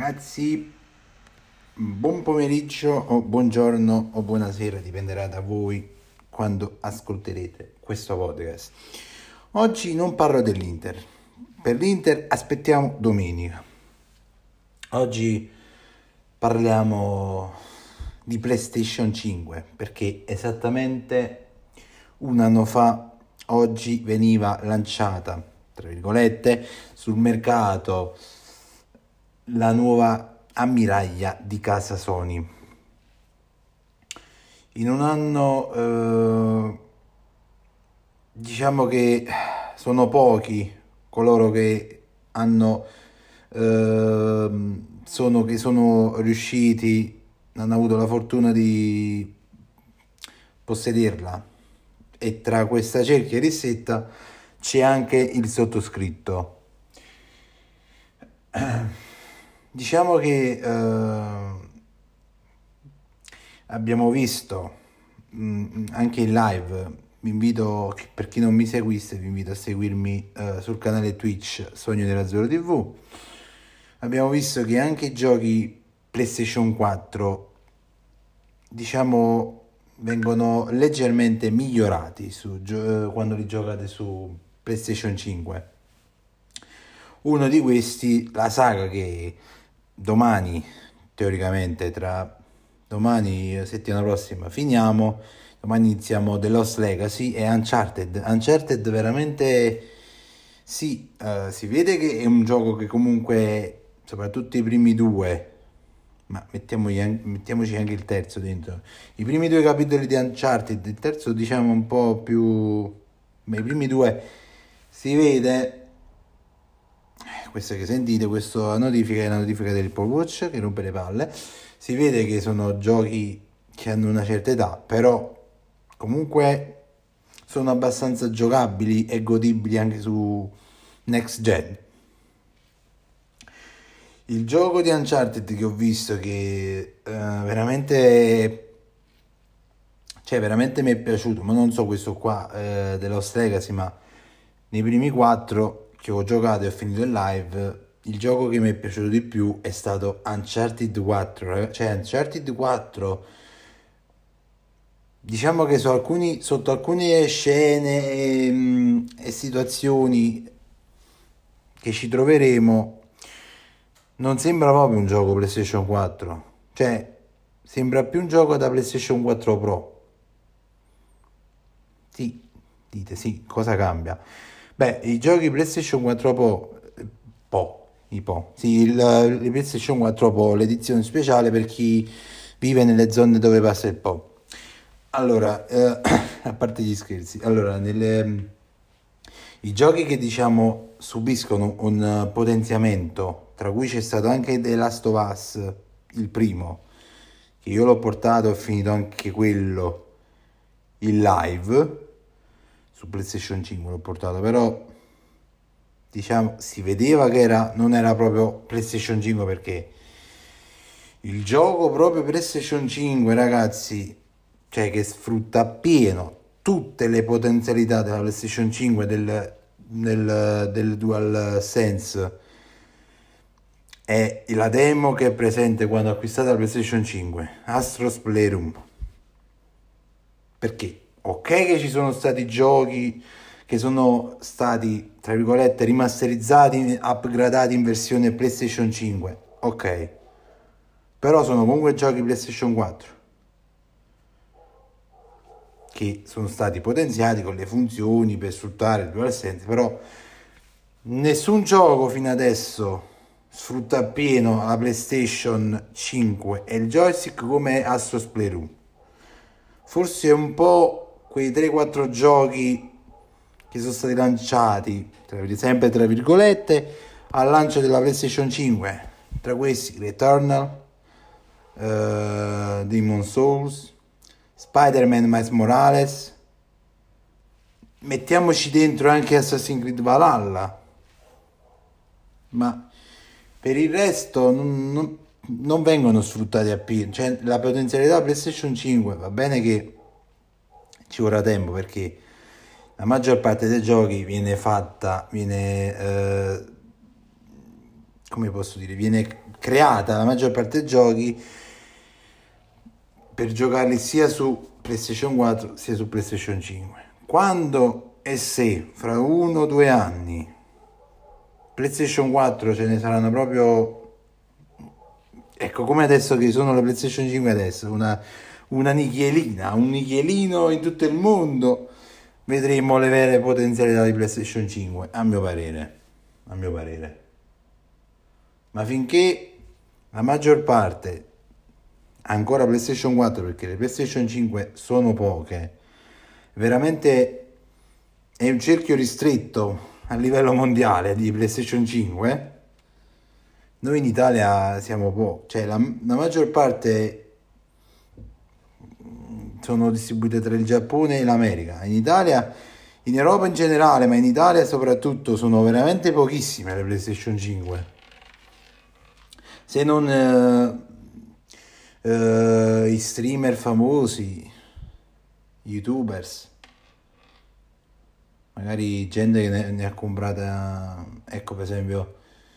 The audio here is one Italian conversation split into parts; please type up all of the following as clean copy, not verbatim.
ragazzi, buon pomeriggio o buongiorno o buonasera, dipenderà da voi quando ascolterete questo podcast. Oggi non parlo dell'Inter, per l'Inter aspettiamo domenica. Oggi parliamo di PlayStation 5 perché esattamente un anno fa oggi veniva lanciata, tra virgolette, sul mercato la nuova ammiraglia di casa Sony. In un anno diciamo che sono pochi coloro che hanno sono riusciti, hanno avuto la fortuna di possederla, e tra questa cerchia ristretta c'è anche il sottoscritto. Diciamo che abbiamo visto anche in live. Vi invito, per chi non mi seguisse, vi invito a seguirmi sul canale Twitch Sogno della Zero TV. Abbiamo visto che anche i giochi PlayStation 4, diciamo, vengono leggermente migliorati quando li giocate su PlayStation 5. Uno di questi, la saga che domani, teoricamente, tra domani e settimana prossima finiamo. Domani iniziamo The Lost Legacy e Uncharted. Uncharted veramente sì, si vede che è un gioco che comunque, soprattutto i primi due, ma mettiamoci anche il terzo dentro. I primi due capitoli di Uncharted, il terzo diciamo un po' più, ma i primi due si vede. Questa che sentite, questa notifica è la notifica dell'Apple Watch che rompe le palle. Si vede che sono giochi che hanno una certa età, però comunque sono abbastanza giocabili e godibili anche su next gen. Il gioco di Uncharted che ho visto, che veramente mi è piaciuto, ma non so questo qua The Lost Legacy, ma nei primi 4 che ho giocato e ho finito in live, il gioco che mi è piaciuto di più è stato Uncharted 4. Cioè Uncharted 4, diciamo che sotto alcune scene e situazioni che ci troveremo, non sembra proprio un gioco PlayStation 4. Cioè sembra più un gioco da PlayStation 4 Pro. Sì, dite sì, cosa cambia? Beh, i giochi PlayStation 4 i PlayStation 4 Pro, l'edizione speciale per chi vive nelle zone dove passa il Po. Allora, a parte gli scherzi, allora, i giochi che diciamo subiscono un potenziamento, tra cui c'è stato anche The Last of Us, il primo, che io l'ho portato e ho finito anche quello in live su PlayStation 5, l'ho portato, però diciamo si vedeva che non era proprio PlayStation 5, perché il gioco proprio PlayStation 5, ragazzi, cioè che sfrutta appieno tutte le potenzialità della PlayStation 5, del DualSense, è la demo che è presente quando acquistate la PlayStation 5, Astro's Playroom. Perché ok che ci sono stati giochi che sono stati, tra virgolette, rimasterizzati, upgradati in versione PlayStation 5, ok, però sono comunque giochi PlayStation 4 che sono stati potenziati con le funzioni per sfruttare il DualSense, però nessun gioco fino adesso sfrutta appieno la PlayStation 5 e il joystick come Astro's Playroom. Forse un po' quei 3-4 giochi che sono stati lanciati, sempre tra virgolette, al lancio della PlayStation 5, tra questi Returnal, Demon Souls, Spider-Man Miles Morales, mettiamoci dentro anche Assassin's Creed Valhalla, ma per il resto non vengono sfruttati appieno. Cioè la potenzialità PlayStation 5 va bene che ci vorrà tempo, perché la maggior parte dei giochi viene come posso dire, viene creata la maggior parte dei giochi per giocarli sia su PlayStation 4 sia su PlayStation 5. Quando e se fra 1 o 2 anni PlayStation 4 ce ne saranno proprio, ecco, come adesso che sono le PlayStation 5 adesso, una nicchielina, un nicchielino in tutto il mondo, vedremo le vere potenzialità di PlayStation 5, a mio parere. Ma finché la maggior parte ancora PlayStation 4, perché le PlayStation 5 sono poche, veramente è un cerchio ristretto a livello mondiale di PlayStation 5. Noi in Italia siamo pochi, cioè la maggior parte sono distribuite tra il Giappone e l'America. In Italia, in Europa in generale, ma in Italia soprattutto, sono veramente pochissime le PlayStation 5. Se non i streamer famosi, youtubers, magari gente che ne ha comprata, ecco, per esempio,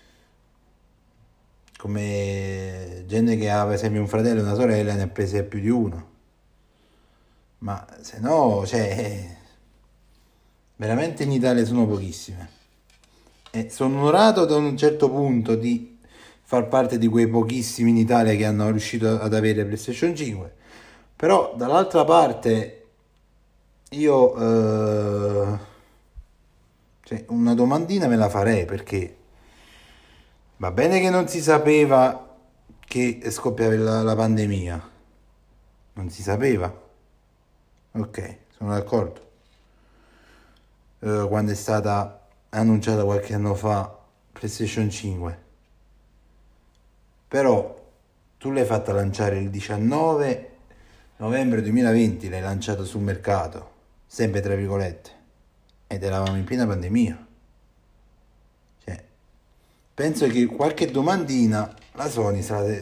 come gente che ha per esempio un fratello e una sorella, ne ha prese più di uno. Ma se no, cioè, veramente in Italia sono pochissime. E sono onorato da un certo punto di far parte di quei pochissimi in Italia che hanno riuscito ad avere PlayStation 5. Però dall'altra parte io cioè, una domandina me la farei, perché va bene che non si sapeva che scoppiava la pandemia. Non si sapeva. Ok, sono d'accordo. Quando è stata annunciata qualche anno fa PlayStation 5. Però tu l'hai fatta lanciare il 19 novembre 2020, l'hai lanciato sul mercato, sempre tra virgolette, ed eravamo in piena pandemia. Cioè, penso che qualche domandina la Sony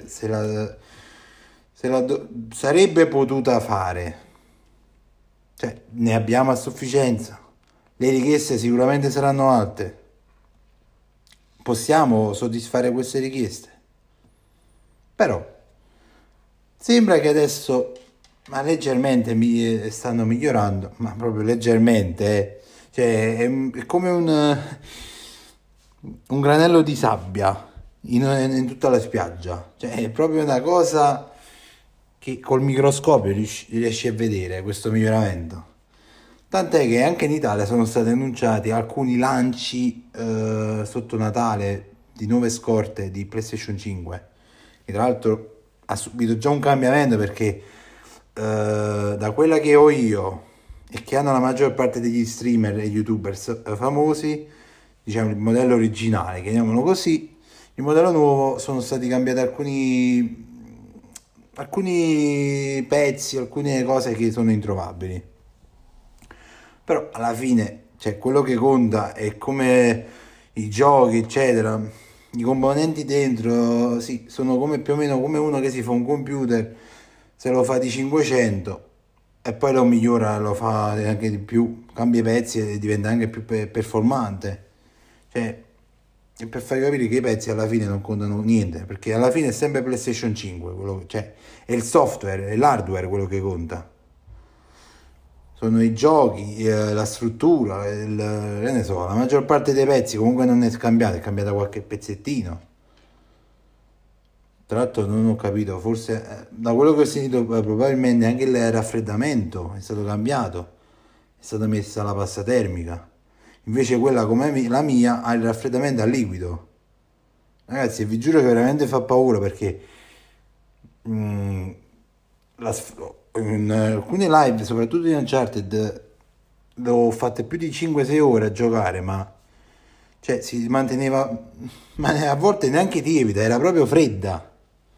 sarebbe potuta fare. Cioè, ne abbiamo a sufficienza. Le richieste sicuramente saranno alte. Possiamo soddisfare queste richieste. Però sembra che adesso, ma leggermente stanno migliorando, ma proprio leggermente, cioè è come un granello di sabbia in tutta la spiaggia. Cioè è proprio una cosa che col microscopio riesci a vedere questo miglioramento. Tant'è che anche in Italia sono stati annunciati alcuni lanci sotto Natale di nuove scorte di PlayStation 5, che tra l'altro ha subito già un cambiamento, perché da quella che ho io e che hanno la maggior parte degli streamer e youtubers famosi, diciamo il modello originale, chiamiamolo così, il modello nuovo, sono stati cambiati alcuni pezzi, alcune cose che sono introvabili. Però alla fine, cioè, quello che conta è come i giochi, eccetera, i componenti dentro, sì, sono come più o meno come uno che si fa un computer, se lo fa di 500 e poi lo migliora, lo fa anche di più, cambia i pezzi e diventa anche più performante. Cioè, e per far capire che i pezzi alla fine non contano niente, perché alla fine è sempre PlayStation 5, cioè è il software, è l'hardware quello che conta. Sono i giochi, la struttura, che ne so, la maggior parte dei pezzi comunque non è scambiata, è cambiata qualche pezzettino. Tra l'altro non ho capito, forse da quello che ho sentito probabilmente anche il raffreddamento è stato cambiato, è stata messa la pasta termica. Invece quella come la mia ha il raffreddamento a liquido. Ragazzi, vi giuro che veramente fa paura, perché in alcune live, soprattutto in Uncharted, l'ho fatte più di 5-6 ore a giocare, ma cioè si manteneva, ma a volte neanche tiepida, era proprio fredda.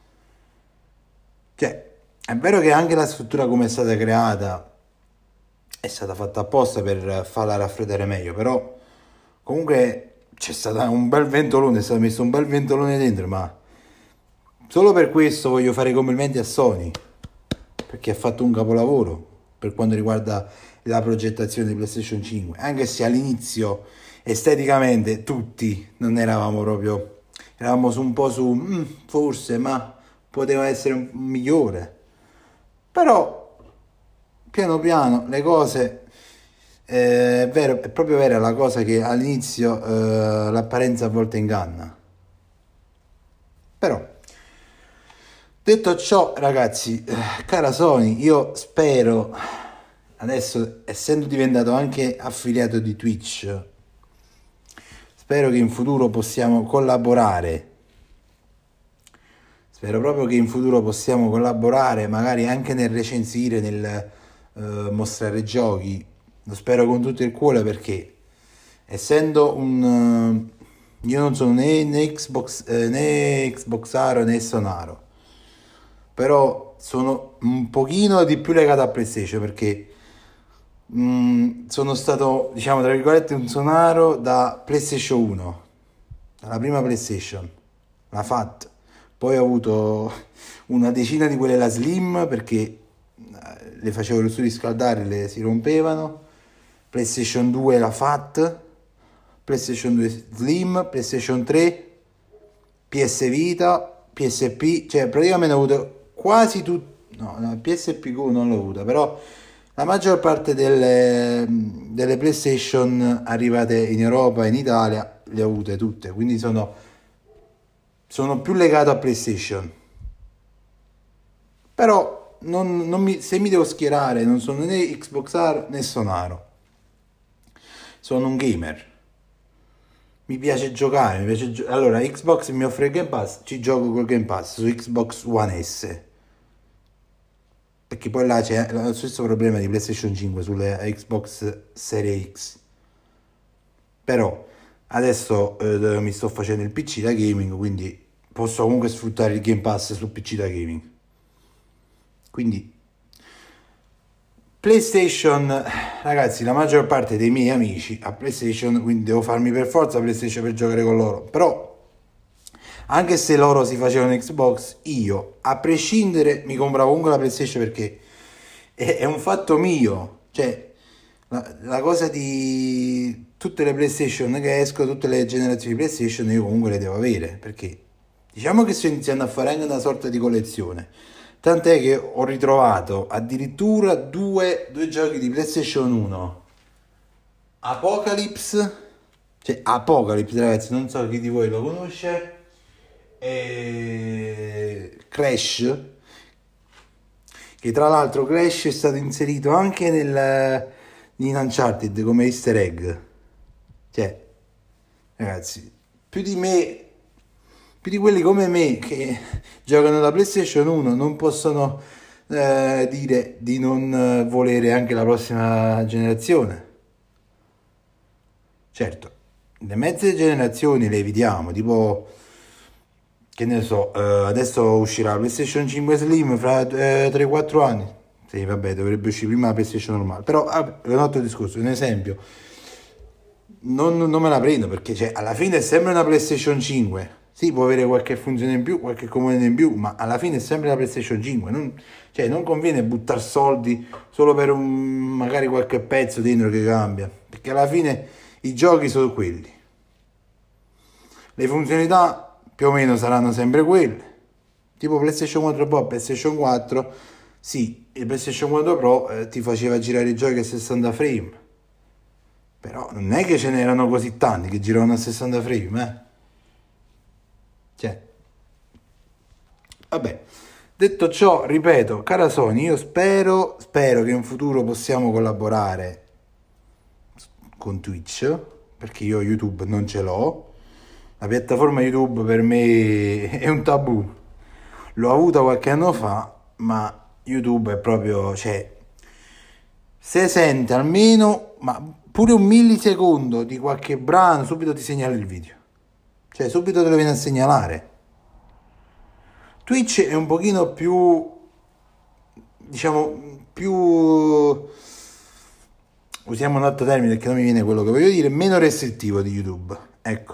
Cioè, è vero che anche la struttura come è stata creata è stata fatta apposta per farla raffreddare meglio, però comunque c'è stato un bel ventolone, è stato messo un bel ventolone dentro, ma solo per questo voglio fare i complimenti a Sony, perché ha fatto un capolavoro per quanto riguarda la progettazione di PlayStation 5, anche se all'inizio esteticamente tutti non eravamo proprio eravamo su un po' su forse, ma poteva essere migliore. Però piano piano le cose, è vero, è proprio vera la cosa che all'inizio l'apparenza a volte inganna. Però detto ciò, ragazzi, cara Sony, io spero, adesso essendo diventato anche affiliato di Twitch, spero che in futuro possiamo collaborare. Spero proprio che in futuro possiamo collaborare, magari anche nel recensire, nel mostrare giochi. Lo spero con tutto il cuore perché, essendo un... io non sono né Xbox, né Xboxaro né Sonaro, però sono un pochino di più legato a PlayStation perché sono stato, diciamo, tra virgolette, un Sonaro da PlayStation 1, dalla prima PlayStation, la FAT. Poi ho avuto una decina di quelle la Slim perché le facevo su riscaldare, le si rompevano. PlayStation 2 la FAT, PlayStation 2 Slim, PlayStation 3, PS Vita, PSP, cioè praticamente ho avuto quasi tutte, no, PSP Go non l'ho avuta, però la maggior parte delle PlayStation arrivate in Europa e in Italia le ho avute tutte, quindi sono più legato a PlayStation. Però se mi devo schierare non sono né Xboxar né Sonaro. Sono un gamer. Mi piace giocare, allora Xbox mi offre il Game Pass, ci gioco col Game Pass su Xbox One S. Perché poi là c'è lo stesso problema di PlayStation 5 sulle Xbox Series X. Però adesso mi sto facendo il PC da gaming, quindi posso comunque sfruttare il Game Pass sul PC da gaming. Quindi PlayStation, ragazzi, la maggior parte dei miei amici ha PlayStation, quindi devo farmi per forza PlayStation per giocare con loro. Però anche se loro si facevano Xbox, io a prescindere mi compravo comunque la PlayStation perché è un fatto mio. Cioè la cosa di tutte le PlayStation che escono, tutte le generazioni di PlayStation, io comunque le devo avere perché diciamo che sto iniziando a fare anche una sorta di collezione. Tant'è che ho ritrovato addirittura due giochi di PlayStation 1. Apocalypse, cioè Apocalypse, ragazzi, non so chi di voi lo conosce. E Crash, che tra l'altro Crash è stato inserito anche in Uncharted come easter egg. Cioè, ragazzi, più di quelli come me che giocano da PlayStation 1 non possono dire di non volere anche la prossima generazione. Certo, le mezze generazioni le evitiamo, tipo, che ne so, adesso uscirà la PlayStation 5 Slim fra 3-4 anni. Sì, vabbè, dovrebbe uscire prima la PlayStation normale. Però, vabbè, è un altro discorso, un esempio. Non me la prendo perché cioè, alla fine è sempre una PlayStation 5. Sì, può avere qualche funzione in più, qualche comando in più, ma alla fine è sempre la PlayStation 5. Non conviene buttare soldi solo per magari qualche pezzo dentro che cambia. Perché alla fine i giochi sono quelli. Le funzionalità più o meno saranno sempre quelle. Tipo PlayStation 4 Pro, PlayStation 4. Sì, il PlayStation 4 Pro ti faceva girare i giochi a 60 frame. Però non è che ce n'erano così tanti che giravano a 60 frame, Cioè, vabbè, detto ciò, ripeto, cara Sony, io spero che in futuro possiamo collaborare con Twitch, perché io YouTube non ce l'ho. La piattaforma YouTube per me è un tabù. L'ho avuta qualche anno fa, ma YouTube è proprio, cioè, se sente almeno, ma pure un millisecondo di qualche brano, subito ti segnala il video. Cioè, subito te lo viene a segnalare. Twitch è un pochino più, diciamo, più, usiamo un altro termine perché non mi viene quello che voglio dire, meno restrittivo di YouTube. Ecco.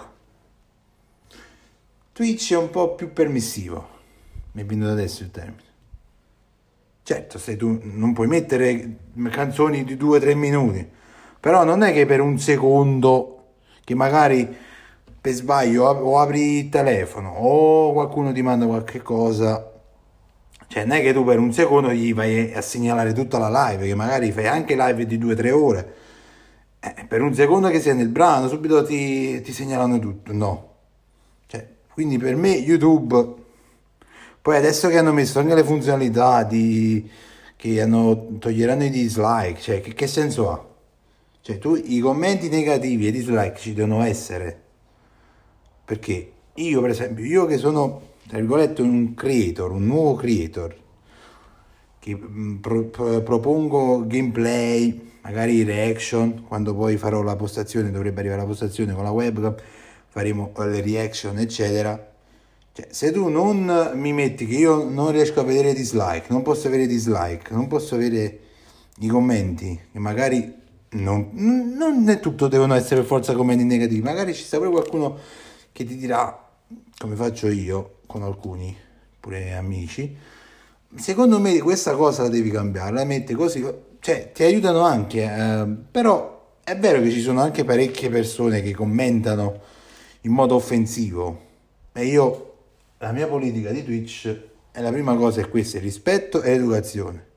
Twitch è un po' più permissivo. Mi è venuto adesso il termine. Certo, se tu non puoi mettere canzoni di 2-3 minuti, però non è che per un secondo che magari per sbaglio o apri il telefono o qualcuno ti manda qualche cosa, cioè non è che tu per un secondo gli vai a segnalare tutta la live, che magari fai anche live di 2-3 ore, per un secondo che sei nel brano subito ti segnalano tutto, no. Cioè, quindi per me YouTube, poi adesso che hanno messo anche le funzionalità che toglieranno i dislike, cioè che senso ha? Cioè tu i commenti negativi e i dislike ci devono essere, perché io per esempio, io che sono tra virgolette un creator, un nuovo creator, che propongo gameplay, magari reaction, quando poi farò la postazione, dovrebbe arrivare la postazione con la webcam, faremo le reaction eccetera. Cioè, se tu non mi metti che io non riesco a vedere dislike, non posso avere dislike, non posso avere i commenti, che magari non è tutto devono essere per forza commenti negativi, magari ci sta pure qualcuno che ti dirà, come faccio io con alcuni, pure amici, secondo me questa cosa la devi cambiare, la metti così, cioè ti aiutano anche, però è vero che ci sono anche parecchie persone che commentano in modo offensivo, e io, la mia politica di Twitch è la prima cosa è questa, il rispetto e l'educazione,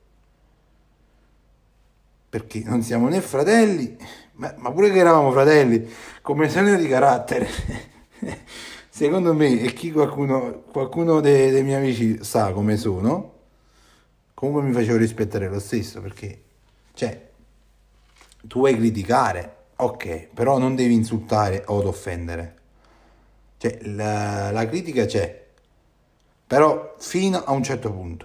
perché non siamo né fratelli, ma pure che eravamo fratelli, come segno di carattere, secondo me, e chi qualcuno dei miei amici sa come sono, comunque mi facevo rispettare lo stesso, perché, cioè, tu vuoi criticare, ok, però non devi insultare o offendere. Cioè, la critica c'è, però fino a un certo punto.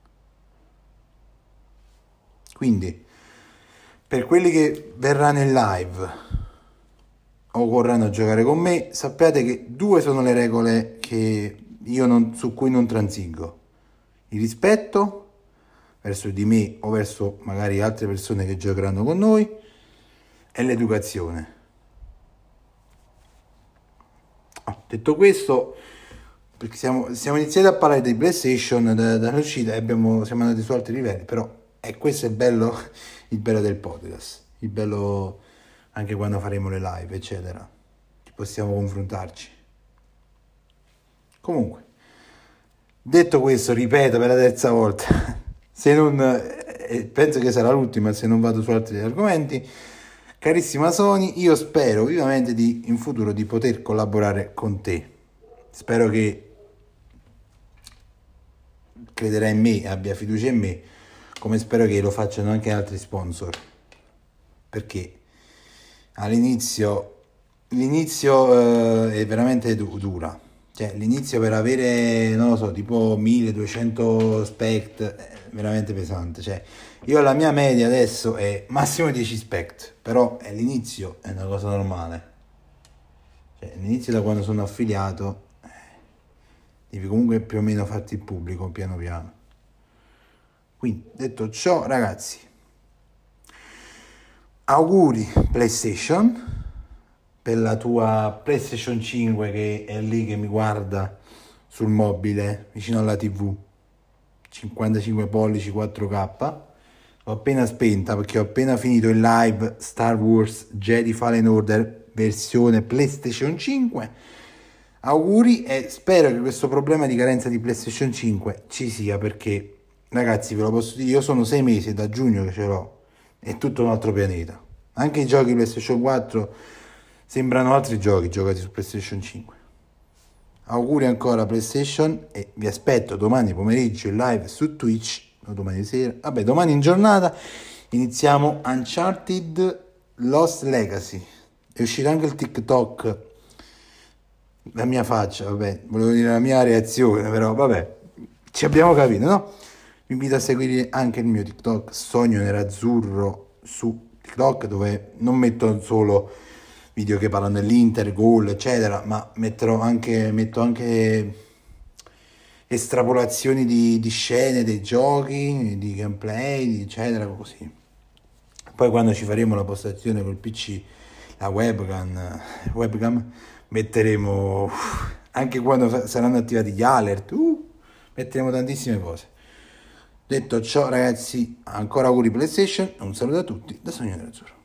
Quindi, per quelli che verranno in live o vorranno giocare con me, sappiate che due sono le regole che su cui non transigo: il rispetto verso di me o verso magari altre persone che giocheranno con noi, e l'educazione. Detto questo, perché siamo iniziati a parlare di PlayStation dall'uscita e siamo andati su altri livelli, però questo è il bello del podcast, il bello anche quando faremo le live eccetera, possiamo confrontarci. Comunque, detto questo, ripeto per la terza volta, se non penso che sarà l'ultima se non vado su altri argomenti, carissima Sony, io spero vivamente in futuro di poter collaborare con te. Spero che crederai in me, abbia fiducia in me, come spero che lo facciano anche altri sponsor, perché l'inizio è veramente dura. Cioè, l'inizio per avere, non lo so, tipo 1200 spect è veramente pesante. Cioè, io la mia media adesso è massimo 10 spect, però l'inizio è una cosa normale. Cioè, l'inizio da quando sono affiliato, devi comunque più o meno farti il pubblico piano piano. Quindi, detto ciò, ragazzi, auguri PlayStation per la tua PlayStation 5 che è lì che mi guarda sul mobile vicino alla TV, 55 pollici 4K. L'ho appena spenta perché ho appena finito il live Star Wars Jedi Fallen Order versione PlayStation 5. Auguri, e spero che questo problema di carenza di PlayStation 5 ci sia, perché ragazzi, ve lo posso dire, io sono 6 mesi da giugno che ce l'ho, è tutto un altro pianeta. Anche i giochi PlayStation 4 sembrano altri giochi giocati su PlayStation 5. Auguri ancora PlayStation, e vi aspetto domani pomeriggio in live su Twitch, o domani sera, vabbè, domani in giornata iniziamo Uncharted Lost Legacy. È uscito anche il TikTok, la mia faccia, vabbè, volevo dire la mia reazione, però vabbè, ci abbiamo capito, no? Vi invito a seguire anche il mio TikTok Sogno Nerazzurro su TikTok, dove non metto solo video che parlano dell'Inter, gol, eccetera, ma metto anche estrapolazioni di scene dei giochi, di gameplay, eccetera, così. Poi quando ci faremo la postazione col PC, la webcam, metteremo anche quando saranno attivati gli alert, metteremo tantissime cose. Detto ciò, ragazzi, ancora auguri PlayStation, un saluto a tutti da Sogno Nerazzurro.